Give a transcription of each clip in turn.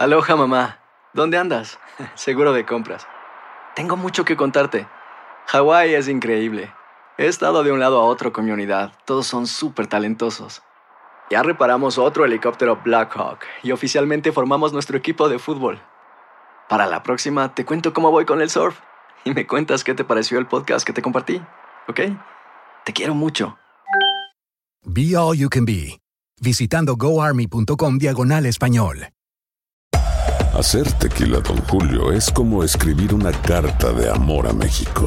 Aloha, mamá. ¿Dónde andas? Seguro de compras. Tengo mucho que contarte. Hawái es increíble. He estado de un lado a otro con mi unidad. Todos son súper talentosos. Ya reparamos otro helicóptero Blackhawk y oficialmente formamos nuestro equipo de fútbol. Para la próxima te cuento cómo voy con el surf y me cuentas qué te pareció el podcast que te compartí, ¿ok? Te quiero mucho. Be All You Can Be, visitando goarmy.com/español. Hacer tequila Don Julio es como escribir una carta de amor a México.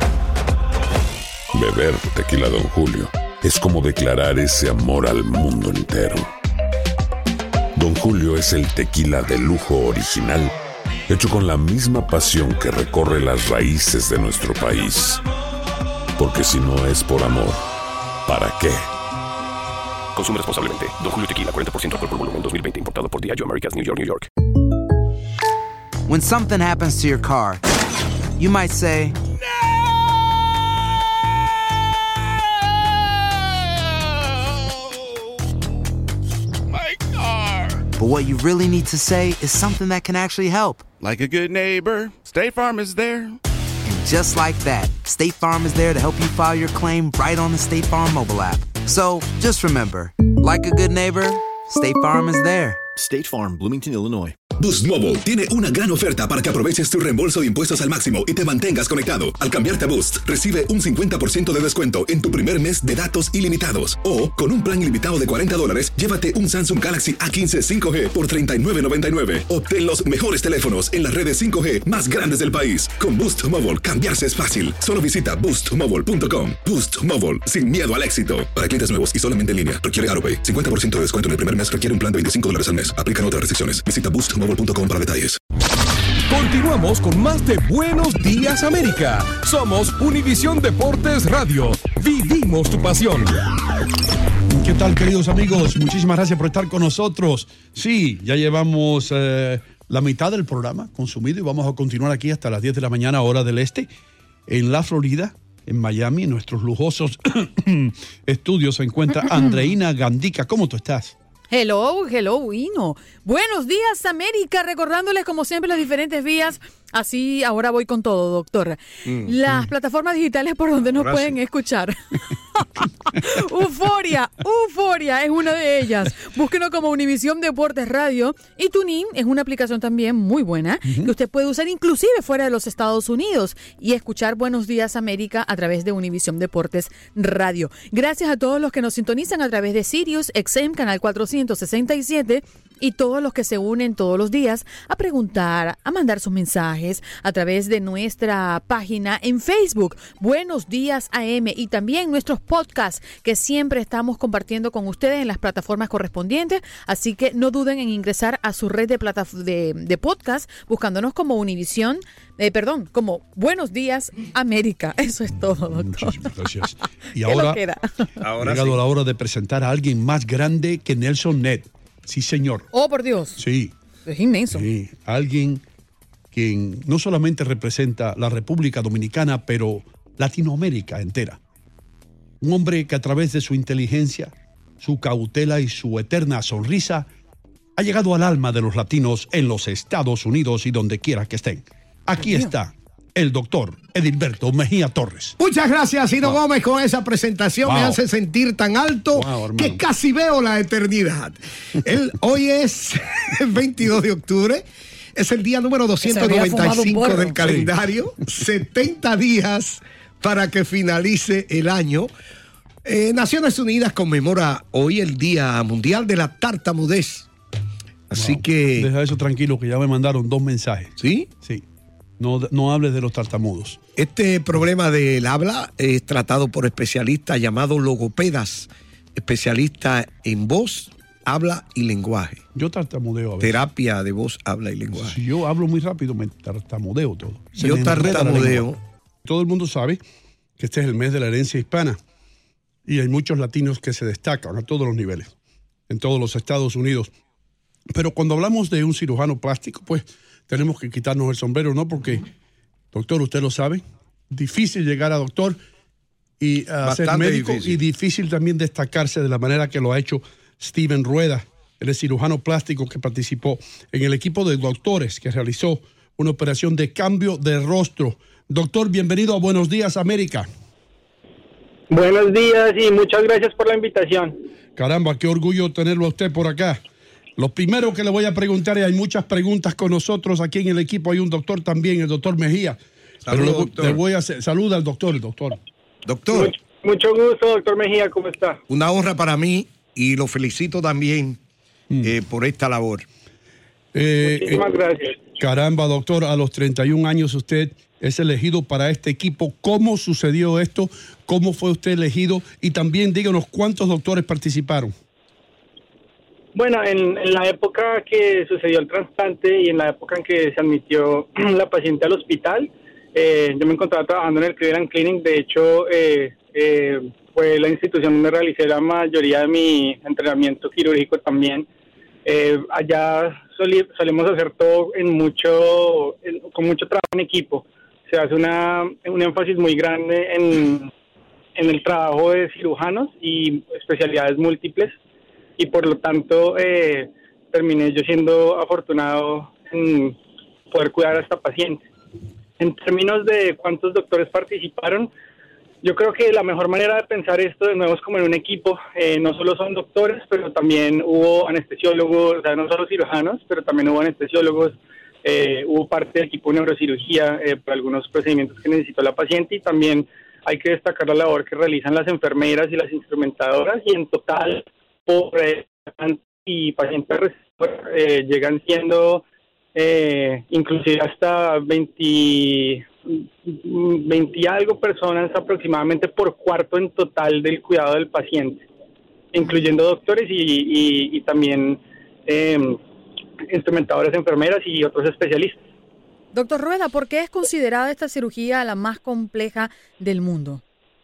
Beber tequila Don Julio es como declarar ese amor al mundo entero. Don Julio es el tequila de lujo original, hecho con la misma pasión que recorre las raíces de nuestro país. Porque si no es por amor, ¿para qué? Consume responsablemente. Don Julio Tequila, 40% alcohol por volumen, 2020. Importado por Diageo Americas, New York, New York. When something happens to your car, you might say, My car! but what you really need to say is something that can actually help. Like a good neighbor, State Farm is there. And just like that, State Farm is there to help you file your claim right on the State Farm mobile app. So just remember, like a good neighbor, State Farm is there. State Farm, Bloomington, Illinois. Boost Mobile tiene una gran oferta para que aproveches tu reembolso de impuestos al máximo y te mantengas conectado. Al cambiarte a Boost, recibe un 50% de descuento en tu primer mes de datos ilimitados. O, con un plan ilimitado de $40, llévate un Samsung Galaxy A15 5G por $39.99. Obtén los mejores teléfonos en las redes 5G más grandes del país. Con Boost Mobile, cambiarse es fácil. Solo visita boostmobile.com. Boost Mobile, sin miedo al éxito. Para clientes nuevos y solamente en línea, requiere AutoPay. 50% de descuento en el primer mes requiere un plan de $25 al mes. Aplican otras restricciones. Visita boostmobile.com para detalles. Continuamos con más de Buenos Días América. Somos Univisión Deportes Radio. Vivimos tu pasión. ¿Qué tal, queridos amigos? Muchísimas gracias por estar con nosotros. Sí, ya llevamos la mitad del programa consumido y vamos a continuar aquí hasta las 10 de la mañana, hora del este, en la Florida, en Miami, en nuestros lujosos estudios se encuentra Andreina Gandica. ¿Cómo tú estás? Hello, Hino. Buenos días, América. Recordándoles, como siempre, las diferentes vías. Así, ahora voy con todo, doctor. Las plataformas digitales por donde nos pueden escuchar. Euforia es una de ellas. Búsquenos como Univisión Deportes Radio. Y TuneIn es una aplicación también muy buena que usted puede usar inclusive fuera de los Estados Unidos y escuchar Buenos Días América a través de Univisión Deportes Radio. Gracias a todos los que nos sintonizan a través de Sirius XM, canal 467, y todos los que se unen todos los días a preguntar, a mandar sus mensajes a través de nuestra página en Facebook, Buenos Días AM, y también nuestros podcasts que siempre estamos compartiendo con ustedes en las plataformas correspondientes. Así que no duden en ingresar a su red de podcast buscándonos como Univisión, como Buenos Días América. Eso es todo, doctor. Muchísimas gracias. Y ahora ha llegado la hora de presentar a alguien más grande que Nelson Ned. Sí, señor. Oh, por Dios. Sí. Es inmenso. Sí, alguien que no solamente representa la República Dominicana, pero Latinoamérica entera. Un hombre que a través de su inteligencia, su cautela y su eterna sonrisa ha llegado al alma de los latinos en los Estados Unidos y donde quiera que estén. Aquí está el doctor Edilberto Mejía Torres. Muchas gracias, Hino Gómez, con esa presentación. Me hace sentir tan alto que casi veo la eternidad. Hoy es el 22 de octubre. Es el día número 295 del calendario. 70 días para que finalice el año. Naciones Unidas conmemora hoy el Día Mundial de la Tartamudez. Así que... Deja eso tranquilo, que ya me mandaron 2 mensajes. ¿Sí? Sí. No hables de los tartamudos. Este problema del habla es tratado por especialistas llamados logopedas, especialistas en voz, habla y lenguaje. Yo tartamudeo a veces. Terapia de voz, habla y lenguaje. Si yo hablo muy rápido, me tartamudeo todo. Yo tartamudeo. Todo el mundo sabe que este es el mes de la herencia hispana y hay muchos latinos que se destacan a todos los niveles, en todos los Estados Unidos. Pero cuando hablamos de un cirujano plástico, pues tenemos que quitarnos el sombrero, ¿no? Porque, doctor, usted lo sabe, difícil llegar a doctor y a ser médico, y difícil también destacarse de la manera que lo ha hecho Steven Rueda, Él es cirujano plástico que participó en el equipo de doctores que realizó una operación de cambio de rostro. Doctor, bienvenido a Buenos Días, América. Buenos días y muchas gracias por la invitación. Caramba, qué orgullo tenerlo a usted por acá. Lo primero que le voy a preguntar, y hay muchas preguntas con nosotros aquí en el equipo, hay un doctor también, el doctor Mejía. Saludos, doctor. Le voy a hacer, saluda al doctor, Doctor. Mucho gusto, doctor Mejía, ¿cómo está? Una honra para mí y lo felicito también por esta labor. Muchísimas gracias. Caramba, doctor, a los 31 años usted es elegido para este equipo. ¿Cómo sucedió esto? ¿Cómo fue usted elegido? Y también díganos cuántos doctores participaron. Bueno, en la época que sucedió el trasplante y en la época en que se admitió la paciente al hospital, yo me encontraba trabajando en el Cleveland Clinic. De hecho, fue la institución donde realicé la mayoría de mi entrenamiento quirúrgico también. Allá solemos hacer todo con mucho trabajo en equipo. Se hace un énfasis muy grande en el trabajo de cirujanos y especialidades múltiples, y por lo tanto terminé yo siendo afortunado en poder cuidar a esta paciente. En términos de cuántos doctores participaron, yo creo que la mejor manera de pensar esto de nuevo es como en un equipo. No solo son doctores, pero también hubo anestesiólogos, o sea, no solo cirujanos, pero también hubo anestesiólogos, hubo parte del equipo de neurocirugía para algunos procedimientos que necesitó la paciente, y también hay que destacar la labor que realizan las enfermeras y las instrumentadoras, y en total, por y pacientes llegan siendo inclusive hasta 20 y algo personas aproximadamente por cuarto en total del cuidado del paciente, incluyendo doctores y también instrumentadores, enfermeras y otros especialistas. Doctor Rueda, ¿por qué es considerada esta cirugía la más compleja del mundo?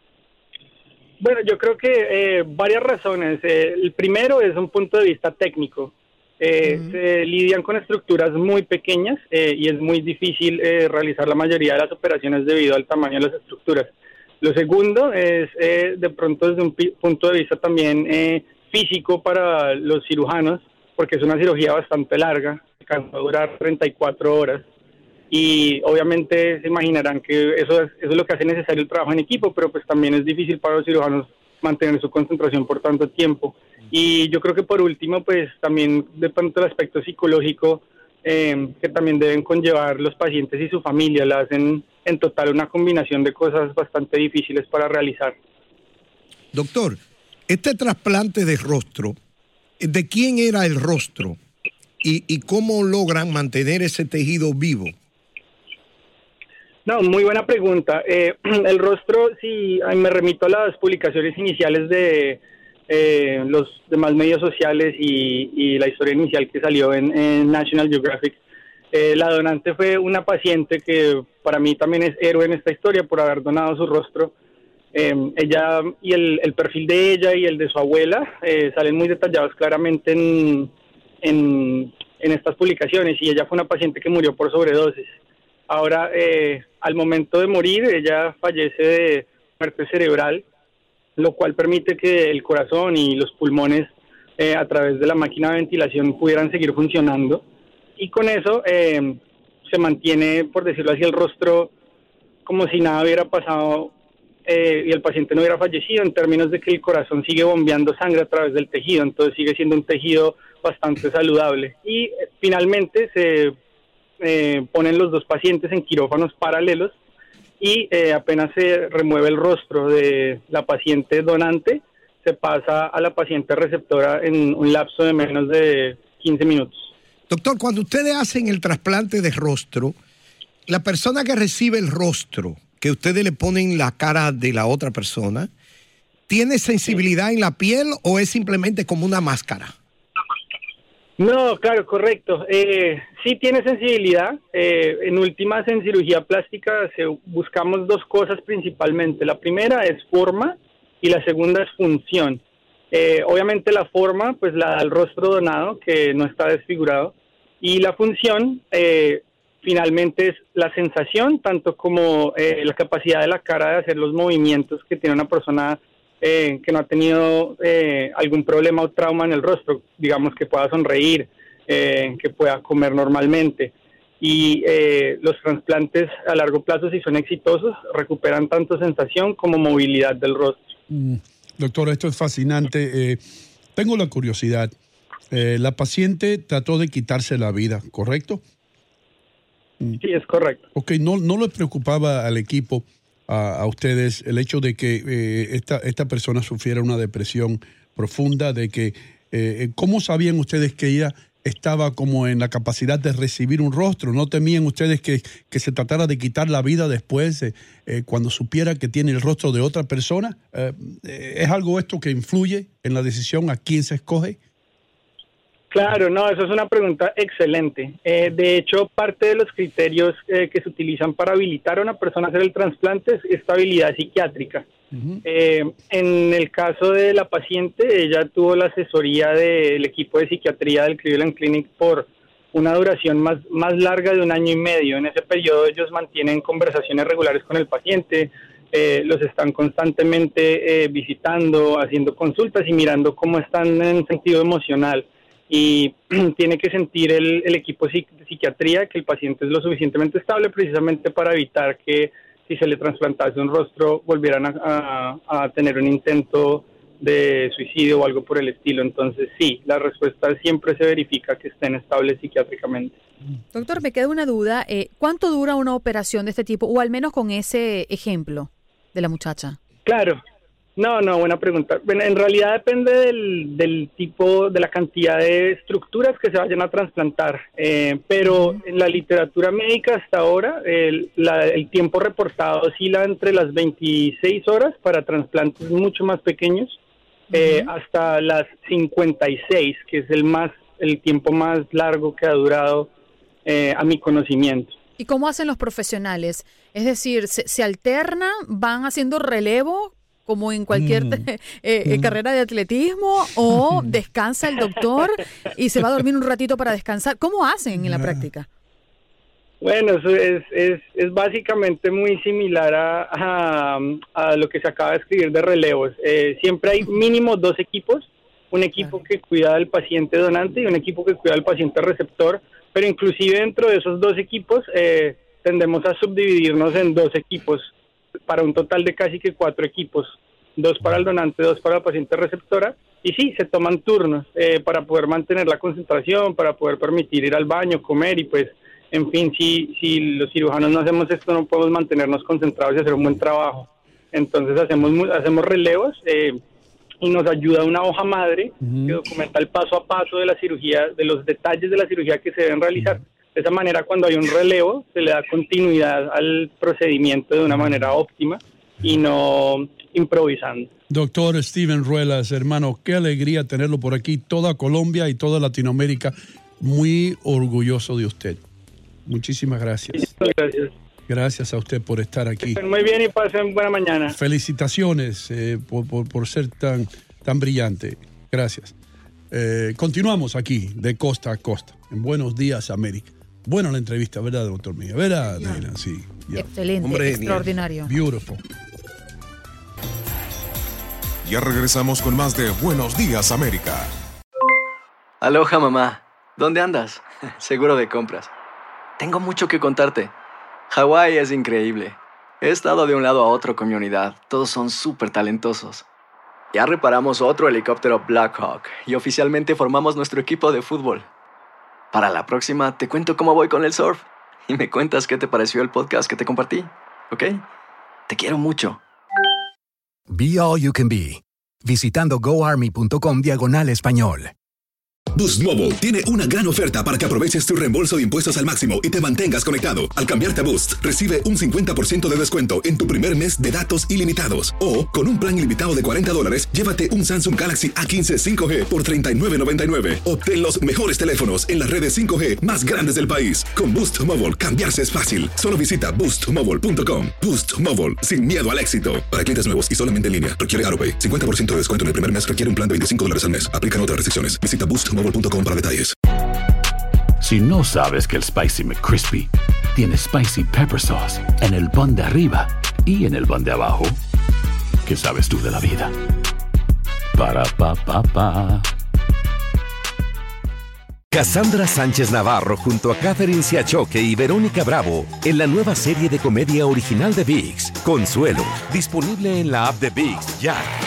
Bueno, yo creo que varias razones. El primero es un punto de vista técnico. Se lidian con estructuras muy pequeñas y es muy difícil realizar la mayoría de las operaciones debido al tamaño de las estructuras. Lo segundo es de pronto desde un punto de vista también físico para los cirujanos, porque es una cirugía bastante larga, que va a durar 34 horas. Y obviamente se imaginarán que eso es lo que hace necesario el trabajo en equipo, pero pues también es difícil para los cirujanos mantener su concentración por tanto tiempo. Y yo creo que por último, pues también de pronto el aspecto psicológico que también deben conllevar los pacientes y su familia, la hacen en total una combinación de cosas bastante difíciles para realizar. Doctor, este trasplante de rostro, ¿de quién era el rostro? ¿Y cómo logran mantener ese tejido vivo? No, muy buena pregunta. El rostro, sí, me remito a las publicaciones iniciales de los demás medios sociales y la historia inicial que salió en National Geographic. La donante fue una paciente que para mí también es héroe en esta historia por haber donado su rostro. Ella y el perfil de ella y el de su abuela salen muy detallados claramente en estas publicaciones, y ella fue una paciente que murió por sobredosis. Ahora, al momento de morir, ella fallece de muerte cerebral, lo cual permite que el corazón y los pulmones a través de la máquina de ventilación pudieran seguir funcionando, y con eso se mantiene, por decirlo así, el rostro como si nada hubiera pasado y el paciente no hubiera fallecido, en términos de que el corazón sigue bombeando sangre a través del tejido, entonces sigue siendo un tejido bastante saludable. Y finalmente se ponen los dos pacientes en quirófanos paralelos, y apenas se remueve el rostro de la paciente donante, se pasa a la paciente receptora en un lapso de menos de 15 minutos. Doctor, cuando ustedes hacen el trasplante de rostro, la persona que recibe el rostro, que ustedes le ponen la cara de la otra persona, ¿tiene sensibilidad en la piel o es simplemente como una máscara? No, claro, correcto. Sí tiene sensibilidad. En últimas, en cirugía plástica buscamos dos cosas principalmente. La primera es forma y la segunda es función. Obviamente la forma pues la da el rostro donado, que no está desfigurado, y la función finalmente es la sensación, tanto como la capacidad de la cara de hacer los movimientos que tiene una persona que no ha tenido algún problema o trauma en el rostro, digamos que pueda sonreír, que pueda comer normalmente. Y los trasplantes a largo plazo, si son exitosos, recuperan tanto sensación como movilidad del rostro. Doctor, esto es fascinante. Tengo la curiosidad. La paciente trató de quitarse la vida, ¿correcto? Sí, es correcto. Ok, ¿no les preocupaba al equipo, a ustedes, el hecho de que esta persona sufriera una depresión profunda, de que, ¿cómo sabían ustedes que ella estaba como en la capacidad de recibir un rostro? ¿No temían ustedes que se tratara de quitar la vida después, cuando supiera que tiene el rostro de otra persona? ¿Es algo esto que influye en la decisión a quién se escoge? Claro, no, eso es una pregunta excelente. De hecho, parte de los criterios que se utilizan para habilitar a una persona a hacer el trasplante es estabilidad psiquiátrica. En el caso de la paciente, ella tuvo la asesoría del equipo de psiquiatría del Cleveland Clinic por una duración más larga de 1 año y medio. En ese periodo ellos mantienen conversaciones regulares con el paciente, los están constantemente visitando, haciendo consultas y mirando cómo están en sentido emocional. Y tiene que sentir el equipo de psiquiatría que el paciente es lo suficientemente estable precisamente para evitar que si se le trasplantase un rostro volvieran a tener un intento de suicidio o algo por el estilo. Entonces sí, la respuesta siempre se verifica que estén estables psiquiátricamente. Doctor, me queda una duda. ¿Cuánto dura una operación de este tipo? O al menos con ese ejemplo de la muchacha. Claro. No, buena pregunta. Bueno, en realidad depende del tipo, de la cantidad de estructuras que se vayan a trasplantar, pero en la literatura médica hasta ahora el tiempo reportado oscila entre las 26 horas para trasplantes mucho más pequeños hasta las 56, que es el tiempo más largo que ha durado a mi conocimiento. ¿Y cómo hacen los profesionales? Es decir, ¿se alternan, van haciendo relevo como en cualquier carrera de atletismo, o descansa el doctor y se va a dormir un ratito para descansar? ¿Cómo hacen en la práctica? Bueno, eso es básicamente muy similar a lo que se acaba de escribir de relevos. Siempre hay mínimo 2 equipos, un equipo que cuida al paciente donante y un equipo que cuida al paciente receptor, pero inclusive dentro de esos 2 equipos tendemos a subdividirnos en 2 equipos, para un total de casi que 4 equipos, 2 para el donante, 2 para la paciente receptora, y sí, se toman turnos para poder mantener la concentración, para poder permitir ir al baño, comer, y pues, en fin, si los cirujanos no hacemos esto, no podemos mantenernos concentrados y hacer un buen trabajo. Entonces hacemos relevos y nos ayuda una hoja madre que documenta el paso a paso de la cirugía, de los detalles de la cirugía que se deben realizar. De esa manera, cuando hay un relevo, se le da continuidad al procedimiento de una manera óptima y no improvisando. Doctor Steven Ruelas, hermano, qué alegría tenerlo por aquí. Toda Colombia y toda Latinoamérica muy orgulloso de usted. Muchísimas gracias. Gracias. Gracias a usted por estar aquí. Muy bien y pasen buena mañana. Felicitaciones por ser tan brillante. Gracias. Continuamos aquí de costa a costa en Buenos Días América. Buena la entrevista, ¿verdad, doctor Mía? ¿Verdad, Dylan? Sí. Yeah. Excelente, hombre, extraordinario. Beautiful. Ya regresamos con más de Buenos Días América. Aloha, mamá. ¿Dónde andas? Seguro de compras. Tengo mucho que contarte. Hawái es increíble. He estado de un lado a otro con mi unidad. Todos son súper talentosos. Ya reparamos otro helicóptero Blackhawk y oficialmente formamos nuestro equipo de fútbol. Para la próxima te cuento cómo voy con el surf y me cuentas qué te pareció el podcast que te compartí, ¿ok? Te quiero mucho. Be All You Can Be, visitando goarmy.com/español. Boost Mobile tiene una gran oferta para que aproveches tu reembolso de impuestos al máximo y te mantengas conectado. Al cambiarte a Boost, recibe un 50% de descuento en tu primer mes de datos ilimitados. O, con un plan ilimitado de $40, llévate un Samsung Galaxy A15 5G por $39.99. Obtén los mejores teléfonos en las redes 5G más grandes del país. Con Boost Mobile, cambiarse es fácil. Solo visita boostmobile.com. Boost Mobile, sin miedo al éxito. Para clientes nuevos y solamente en línea, requiere AutoPay. 50% de descuento en el primer mes, requiere un plan de $25 al mes. Aplican otras restricciones. Visita boostmobile.com para detalles. Si no sabes que el Spicy McCrispy tiene Spicy Pepper Sauce en el pan de arriba y en el pan de abajo, ¿Qué sabes tú de la vida? Para, pa, pa, pa. Cassandra Sánchez Navarro junto a Catherine Siachoque y Verónica Bravo en la nueva serie de comedia original de ViX, Consuelo, disponible en la app de ViX ya.